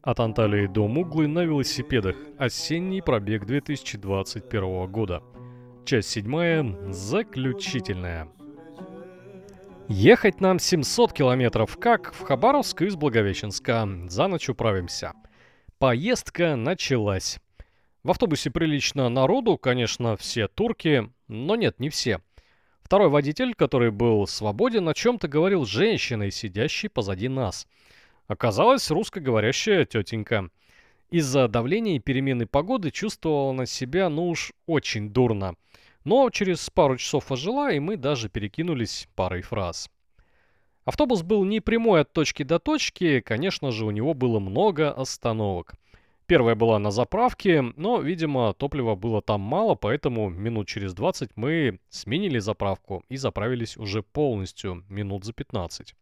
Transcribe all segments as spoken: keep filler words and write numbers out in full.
От Анталии до Муглы на велосипедах. Осенний пробег две тысячи двадцать первого года. Часть седьмая. Заключительная. Ехать нам семьсот километров, как в Хабаровск из Благовещенска. За ночь управимся. Поездка началась. В автобусе прилично народу, конечно, все турки, но нет, не все. Второй водитель, который был свободен, о чем-то говорил с женщиной, сидящей позади нас. Оказалась русскоговорящая тетенька. Из-за давления и перемены погоды чувствовала она себя, ну уж, очень дурно. Но через пару часов ожила, и мы даже перекинулись парой фраз. Автобус был не прямой от точки до точки, конечно же, у него было много остановок. Первая была на заправке, но, видимо, топлива было там мало, поэтому минут через двадцать мы сменили заправку и заправились уже полностью, минут за пятнадцать.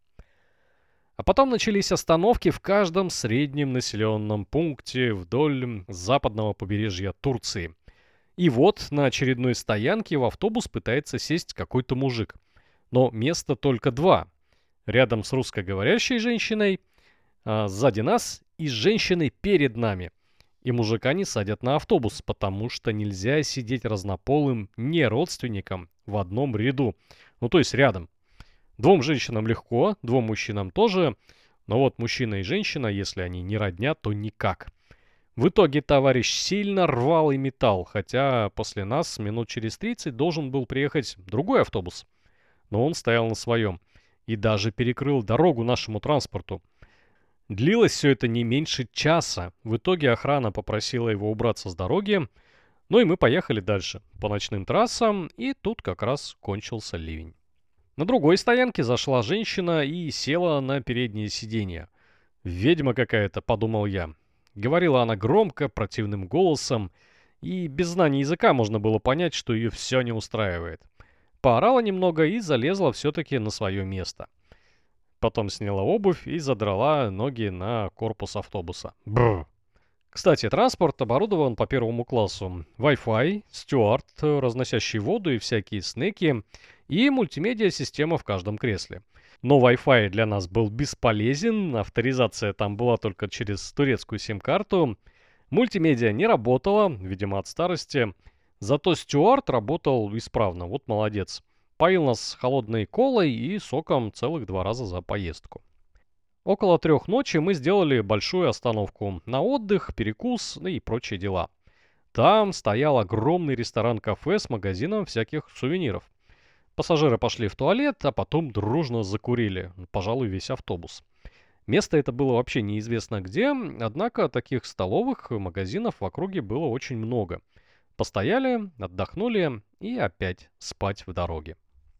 А потом начались остановки в каждом среднем населенном пункте вдоль западного побережья Турции. И вот на очередной стоянке в автобус пытается сесть какой-то мужик. Но места только два. Рядом с русскоговорящей женщиной, а сзади нас и с женщиной перед нами. И мужика не садят на автобус, потому что нельзя сидеть разнополым не родственникам в одном ряду. Ну, то есть рядом. Двум женщинам легко, двум мужчинам тоже. Но вот мужчина и женщина, если они не родня, то никак. В итоге товарищ сильно рвал и метал, хотя после нас минут через тридцать должен был приехать другой автобус. Но он стоял на своем и даже перекрыл дорогу нашему транспорту. Длилось все это не меньше часа. В итоге охрана попросила его убраться с дороги. Ну и мы поехали дальше по ночным трассам, и тут как раз кончился ливень. На другой стоянке зашла женщина и села на переднее сиденье. «Ведьма какая-то», — подумал я. Говорила она громко, противным голосом, и без знания языка можно было понять, что ее все не устраивает. Поорала немного и залезла все-таки на свое место. Потом сняла обувь и задрала ноги на корпус автобуса. Бррр. Кстати, транспорт оборудован по первому классу. Wi-Fi, стюард, разносящий воду и всякие снеки, и мультимедиа-система в каждом кресле. Но Wi-Fi для нас был бесполезен, авторизация там была только через турецкую сим-карту. Мультимедиа не работала, видимо от старости. Зато стюард работал исправно, вот молодец. Поил нас холодной колой и соком целых два раза за поездку. Около трех ночи мы сделали большую остановку на отдых, перекус ну и прочие дела. Там стоял огромный ресторан-кафе с магазином всяких сувениров. Пассажиры пошли в туалет, а потом дружно закурили, пожалуй, весь автобус. Место это было вообще неизвестно где, однако таких столовых магазинов в округе было очень много. Постояли, отдохнули и опять спать в дороге.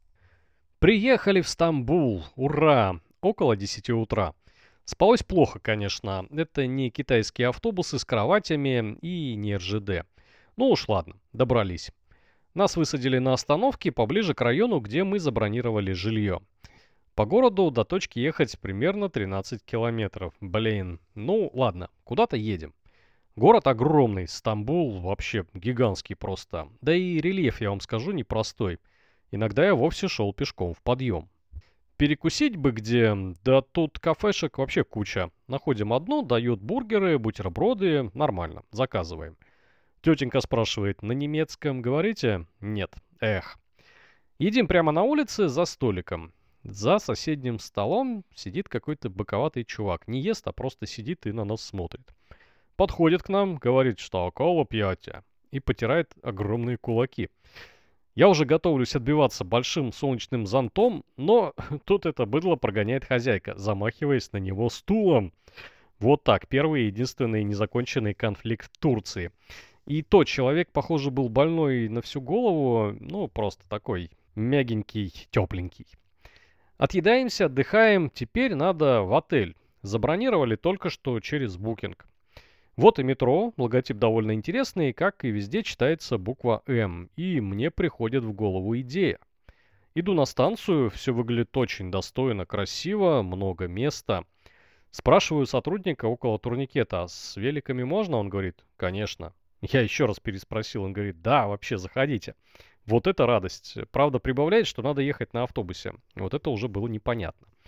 Приехали в Стамбул, ура! Около десяти утра. Спалось плохо, конечно. Это не китайские автобусы с кроватями и не эр жэ дэ. Ну уж ладно, добрались. Нас высадили на остановке поближе к району, где мы забронировали жилье. По городу до точки ехать примерно тринадцать километров. Блин, ну ладно, куда-то едем. Город огромный, Стамбул вообще гигантский просто. Да и рельеф, я вам скажу, непростой. Иногда я вовсе шел пешком в подъем. Перекусить бы где, да тут кафешек вообще куча. Находим одну, дают бургеры, бутерброды, нормально, заказываем. Тетенька спрашивает, на немецком говорите? Нет. Эх. Едим прямо на улице за столиком. За соседним столом сидит какой-то боковатый чувак. Не ест, а просто сидит и на нас смотрит. Подходит к нам, говорит, что кола пьете. И потирает огромные кулаки. Я уже готовлюсь отбиваться большим солнечным зонтом, но тут это быдло прогоняет хозяйка, замахиваясь на него стулом. Вот так, первый и единственный незаконченный конфликт в Турции. И тот человек, похоже, был больной на всю голову, ну, просто такой мягенький, тепленький. Отъедаемся, отдыхаем, теперь надо в отель. Забронировали только что через букинг. Вот и метро, логотип довольно интересный, как и везде читается буква М, и мне приходит в голову идея. Иду на станцию, все выглядит очень достойно, красиво, много места. Спрашиваю сотрудника около турникета, а с великами можно? Он говорит, конечно. Я еще раз переспросил, он говорит, да, вообще заходите. Вот это радость. Правда, прибавляет, что надо ехать на автобусе. Вот это уже было непонятно.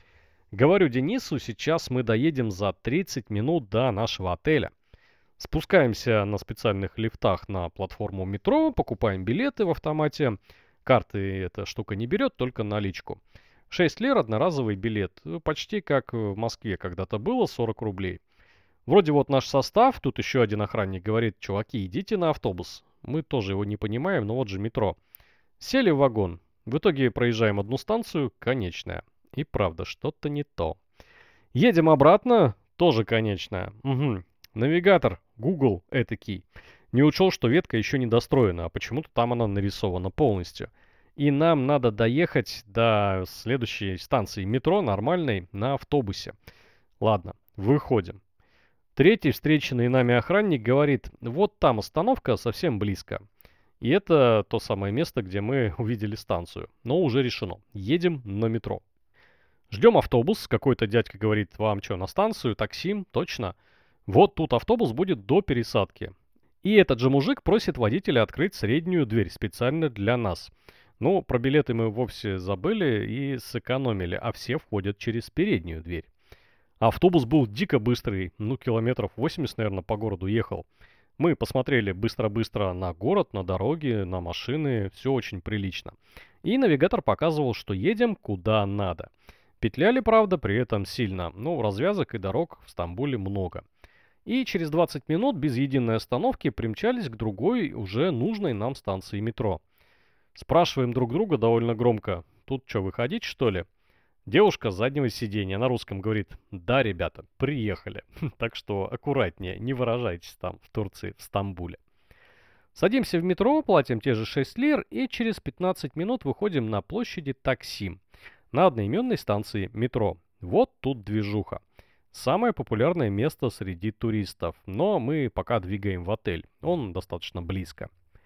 Говорю Денису, сейчас мы доедем за тридцать минут до нашего отеля. Спускаемся на специальных лифтах на платформу метро, покупаем билеты в автомате. Карты эта штука не берет, только наличку. шесть лир одноразовый билет. э, Почти как в Москве когда-то было, сорок рублей. Вроде вот наш состав, тут еще один охранник говорит, чуваки, идите на автобус. Мы тоже его не понимаем, но вот же метро. Сели в вагон. В итоге проезжаем одну станцию, конечная. И правда, что-то не то. Едем обратно, тоже конечная. Угу. Навигатор, Google этакий. Не учел, что ветка еще не достроена, а почему-то там она нарисована полностью. И нам надо доехать до следующей станции метро нормальной на автобусе. Ладно, выходим. Третий встреченный нами охранник говорит, вот там остановка совсем близко. И это то самое место, где мы увидели станцию. Но уже решено. Едем на метро. Ждем автобус. Какой-то дядька говорит, вам что, на станцию? Такси? Точно. Вот тут автобус будет до пересадки. И этот же мужик просит водителя открыть среднюю дверь специально для нас. Ну, про билеты мы вовсе забыли и сэкономили, а все входят через переднюю дверь. Автобус был дико быстрый, ну, километров восемьдесят, наверное, по городу ехал. Мы посмотрели быстро-быстро на город, на дороги, на машины, все очень прилично. И навигатор показывал, что едем куда надо. Петляли, правда, при этом сильно, но развязок и дорог в Стамбуле много. И через двадцать минут без единой остановки примчались к другой, уже нужной нам станции метро. Спрашиваем друг друга довольно громко, тут что, выходить что ли? Девушка с заднего сиденья на русском говорит, да, ребята, приехали. Так что аккуратнее, не выражайтесь там в Турции, в Стамбуле. Садимся в метро, платим те же шесть лир и через пятнадцать минут выходим на площади Таксим, на одноименной станции метро. Вот тут движуха. Самое популярное место среди туристов, но мы пока двигаем в отель, он достаточно близко.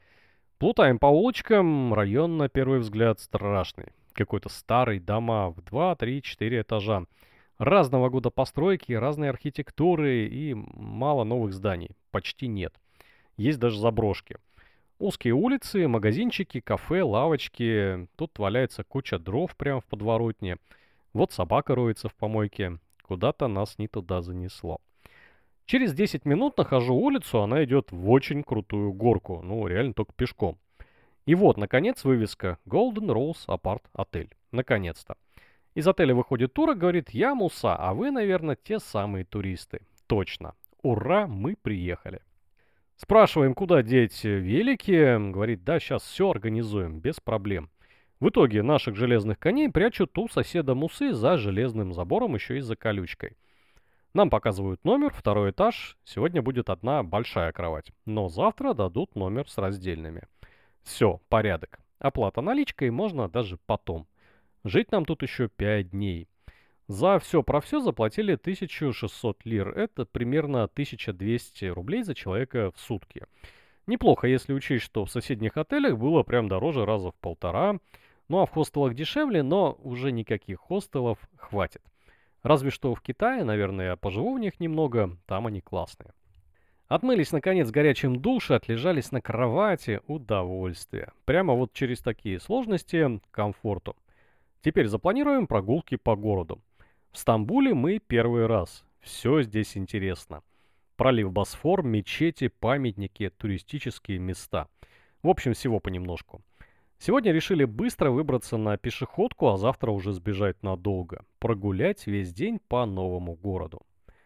Плутаем по улочкам, район на первый взгляд страшный. Какой-то старый, дома в два, три, четыре этажа. Разного года постройки, разной архитектуры и мало новых зданий. Почти нет. Есть даже заброшки. Узкие улицы, магазинчики, кафе, лавочки. Тут валяется куча дров прямо в подворотне. Вот собака роется в помойке. Куда-то нас не туда занесло. Через десять минут нахожу улицу, она идет в очень крутую горку. Ну, реально только пешком. И вот, наконец, вывеска Golden Rose Apart Hotel. Наконец-то. Из отеля выходит турок, говорит, я Муса, а вы, наверное, те самые туристы. Точно. Ура, мы приехали. Спрашиваем, куда деть велики. Говорит, да, сейчас все организуем, без проблем. В итоге наших железных коней прячут у соседа Мусы за железным забором, еще и за колючкой. Нам показывают номер, второй этаж. Сегодня будет одна большая кровать. Но завтра дадут номер с раздельными. Все, порядок. Оплата наличкой можно даже потом. Жить нам тут еще пять дней. За все про все заплатили тысячу шестьсот лир. Это примерно тысяча двести рублей за человека в сутки. Неплохо, если учесть, что в соседних отелях было прям дороже раза в полтора. Ну а в хостелах дешевле, но уже никаких хостелов хватит. Разве что в Китае, наверное, я поживу в них немного, там они классные. Отмылись, наконец, горячим душе, отлежались на кровати. Удовольствие. Прямо вот через такие сложности к комфорту. Теперь запланируем прогулки по городу. В Стамбуле мы первый раз. Все здесь интересно. Пролив Босфор, мечети, памятники, туристические места. В общем, всего понемножку. Сегодня решили быстро выбраться на пешеходку, а завтра уже сбежать надолго. Прогулять весь день по новому городу.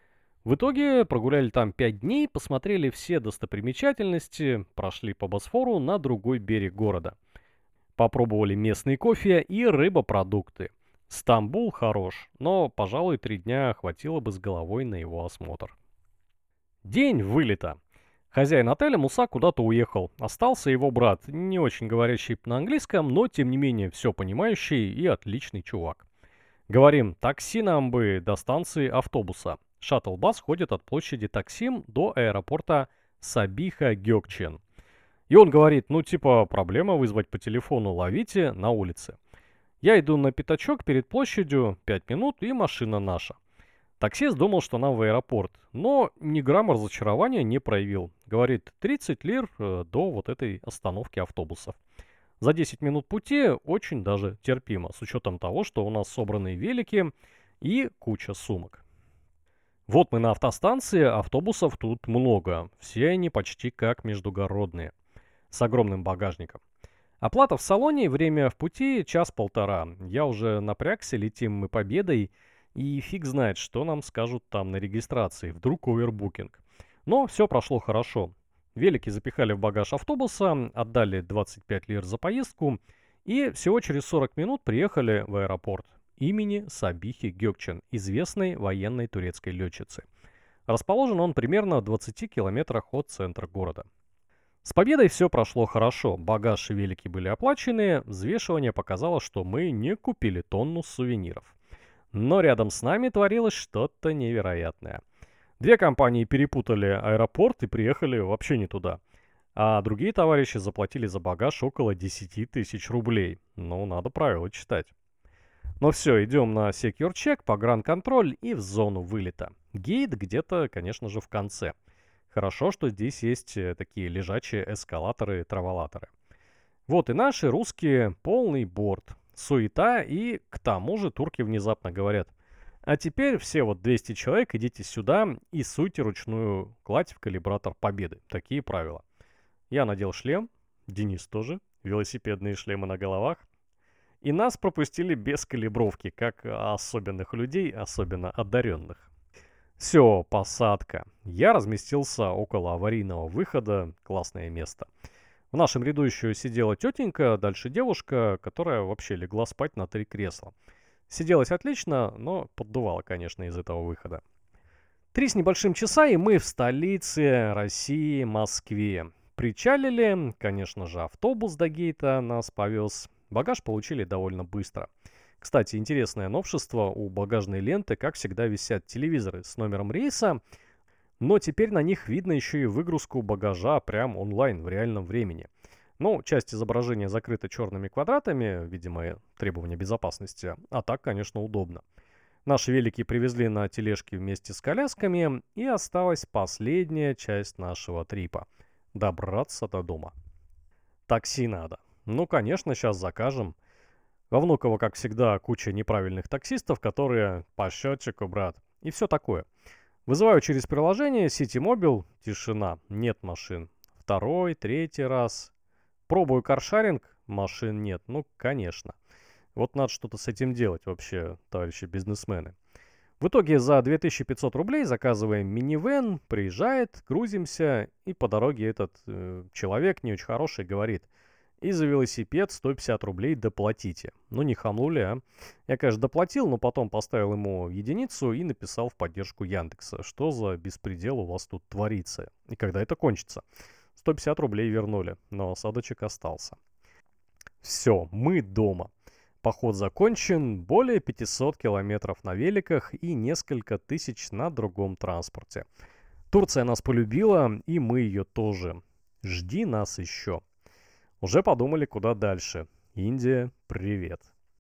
В итоге прогуляли там пять дней, посмотрели все достопримечательности, прошли по Босфору на другой берег города. Попробовали местный кофе и рыбопродукты. Стамбул хорош, но, пожалуй, три дня хватило бы с головой на его осмотр. День вылета. Хозяин отеля Муса куда-то уехал. Остался его брат, не очень говорящий на английском, но тем не менее все понимающий и отличный чувак. Говорим, такси нам бы до станции автобуса. Шаттл-бас ходит от площади Таксим до аэропорта Сабиха Гёкчен. И он говорит, ну типа проблема вызвать по телефону, ловите на улице. Я иду на пятачок перед площадью, пять минут и машина наша. Таксист думал, что нам в аэропорт, но ни грамма разочарования не проявил. Говорит, тридцать лир э, до вот этой остановки автобусов. За десять минут пути очень даже терпимо, с учетом того, что у нас собраны велики, и куча сумок. Вот мы на автостанции, автобусов тут много. Все они почти как междугородные, с огромным багажником. Оплата в салоне, время в пути час-полтора. Я уже напрягся, летим мы победой, и фиг знает, что нам скажут там на регистрации. Вдруг овербукинг. Но все прошло хорошо. Велики запихали в багаж автобуса, отдали двадцать пять лир за поездку, и всего через сорок минут приехали в аэропорт имени Сабихи Гёкчен, известной военной турецкой летчицы. Расположен он примерно в двадцати километрах от центра города. С победой все прошло хорошо, багаж и велики были оплачены, взвешивание показало, что мы не купили тонну сувениров. Но рядом с нами творилось что-то невероятное. Две компании перепутали аэропорт и приехали вообще не туда. А другие товарищи заплатили за багаж около десяти тысяч рублей. Ну, надо правила читать. Ну все, идем на Secure Check, погранконтроль и в зону вылета. Гейт где-то, конечно же, в конце. Хорошо, что здесь есть такие лежачие эскалаторы, траволаторы. Вот и наши русские, полный борт. Суета, и к тому же турки внезапно говорят: а теперь все вот двести человек идите сюда и суйте ручную кладь в калибратор Победы. Такие правила. Я надел шлем, Денис тоже, велосипедные шлемы на головах. И нас пропустили без калибровки, как особенных людей, особенно одаренных. Все, посадка. Я разместился около аварийного выхода, классное место. В нашем ряду еще сидела тетенька, дальше девушка, которая вообще легла спать на три кресла. Сиделась отлично, но поддувала, конечно, из этого выхода. Три с небольшим часа, и мы в столице России, Москве. Причалили, конечно же, автобус до гейта нас повез. Багаж получили довольно быстро. Кстати, интересное новшество: у багажной ленты, как всегда, висят телевизоры с номером рейса, но теперь на них видно еще и выгрузку багажа прям онлайн в реальном времени. Ну, часть изображения закрыта черными квадратами, видимо, требования безопасности, а так, конечно, удобно. Наши велики привезли на тележке вместе с колясками, и осталась последняя часть нашего трипа – добраться до дома. Такси надо. Ну, конечно, сейчас закажем. Во Внуково, как всегда, куча неправильных таксистов, которые по счетчику, брат, и все такое. Вызываю через приложение Ситимобил, тишина, нет машин. Второй, третий раз. Пробую каршаринг, машин нет, ну, конечно. Вот надо что-то с этим делать вообще, товарищи бизнесмены. В итоге за две тысячи пятьсот рублей заказываем минивэн, приезжает, грузимся, и по дороге этот э, человек не очень хороший говорит: и за велосипед сто пятьдесят рублей доплатите. Ну не хамлу ли, а? Я, конечно, доплатил, но потом поставил ему единицу и написал в поддержку Яндекса: что за беспредел у вас тут творится и когда это кончится. сто пятьдесят рублей вернули, но осадочек остался. Все, мы дома. Поход закончен, более пятисот километров на великах и несколько тысяч на другом транспорте. Турция нас полюбила, и мы ее тоже. Жди нас еще. Уже подумали, куда дальше. Индия, привет.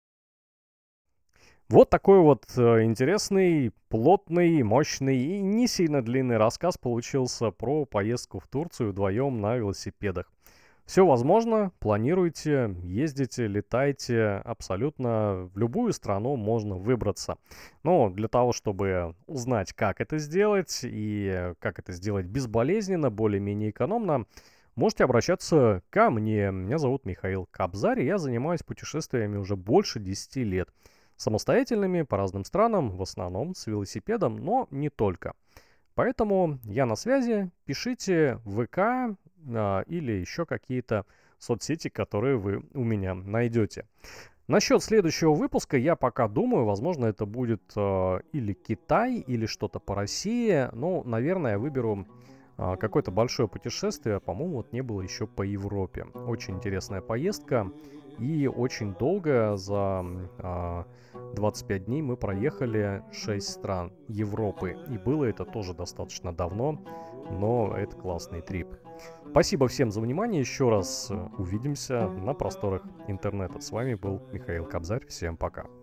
Вот такой вот э, интересный, плотный, мощный и не сильно длинный рассказ получился про поездку в Турцию вдвоем на велосипедах. Все возможно, планируйте, ездите, летайте, абсолютно в любую страну можно выбраться. Но для того, чтобы узнать, как это сделать и как это сделать безболезненно, более-менее экономно, можете обращаться ко мне. Меня зовут Михаил Кобзарь, и я занимаюсь путешествиями уже больше десяти лет. Самостоятельными, по разным странам, в основном с велосипедом, но не только. Поэтому я на связи, пишите в ВК а, или еще какие-то соцсети, которые вы у меня найдете. Насчет следующего выпуска я пока думаю, возможно, это будет а, или Китай, или что-то по России. Ну, наверное, я выберу а, какое-то большое путешествие, по-моему, вот не было еще по Европе. Очень интересная поездка. И очень долго, за а, двадцать пять дней мы проехали шесть стран Европы. И было это тоже достаточно давно, но это классный трип. Спасибо всем за внимание. Еще раз увидимся на просторах интернета. С вами был Михаил Кобзарь. Всем пока.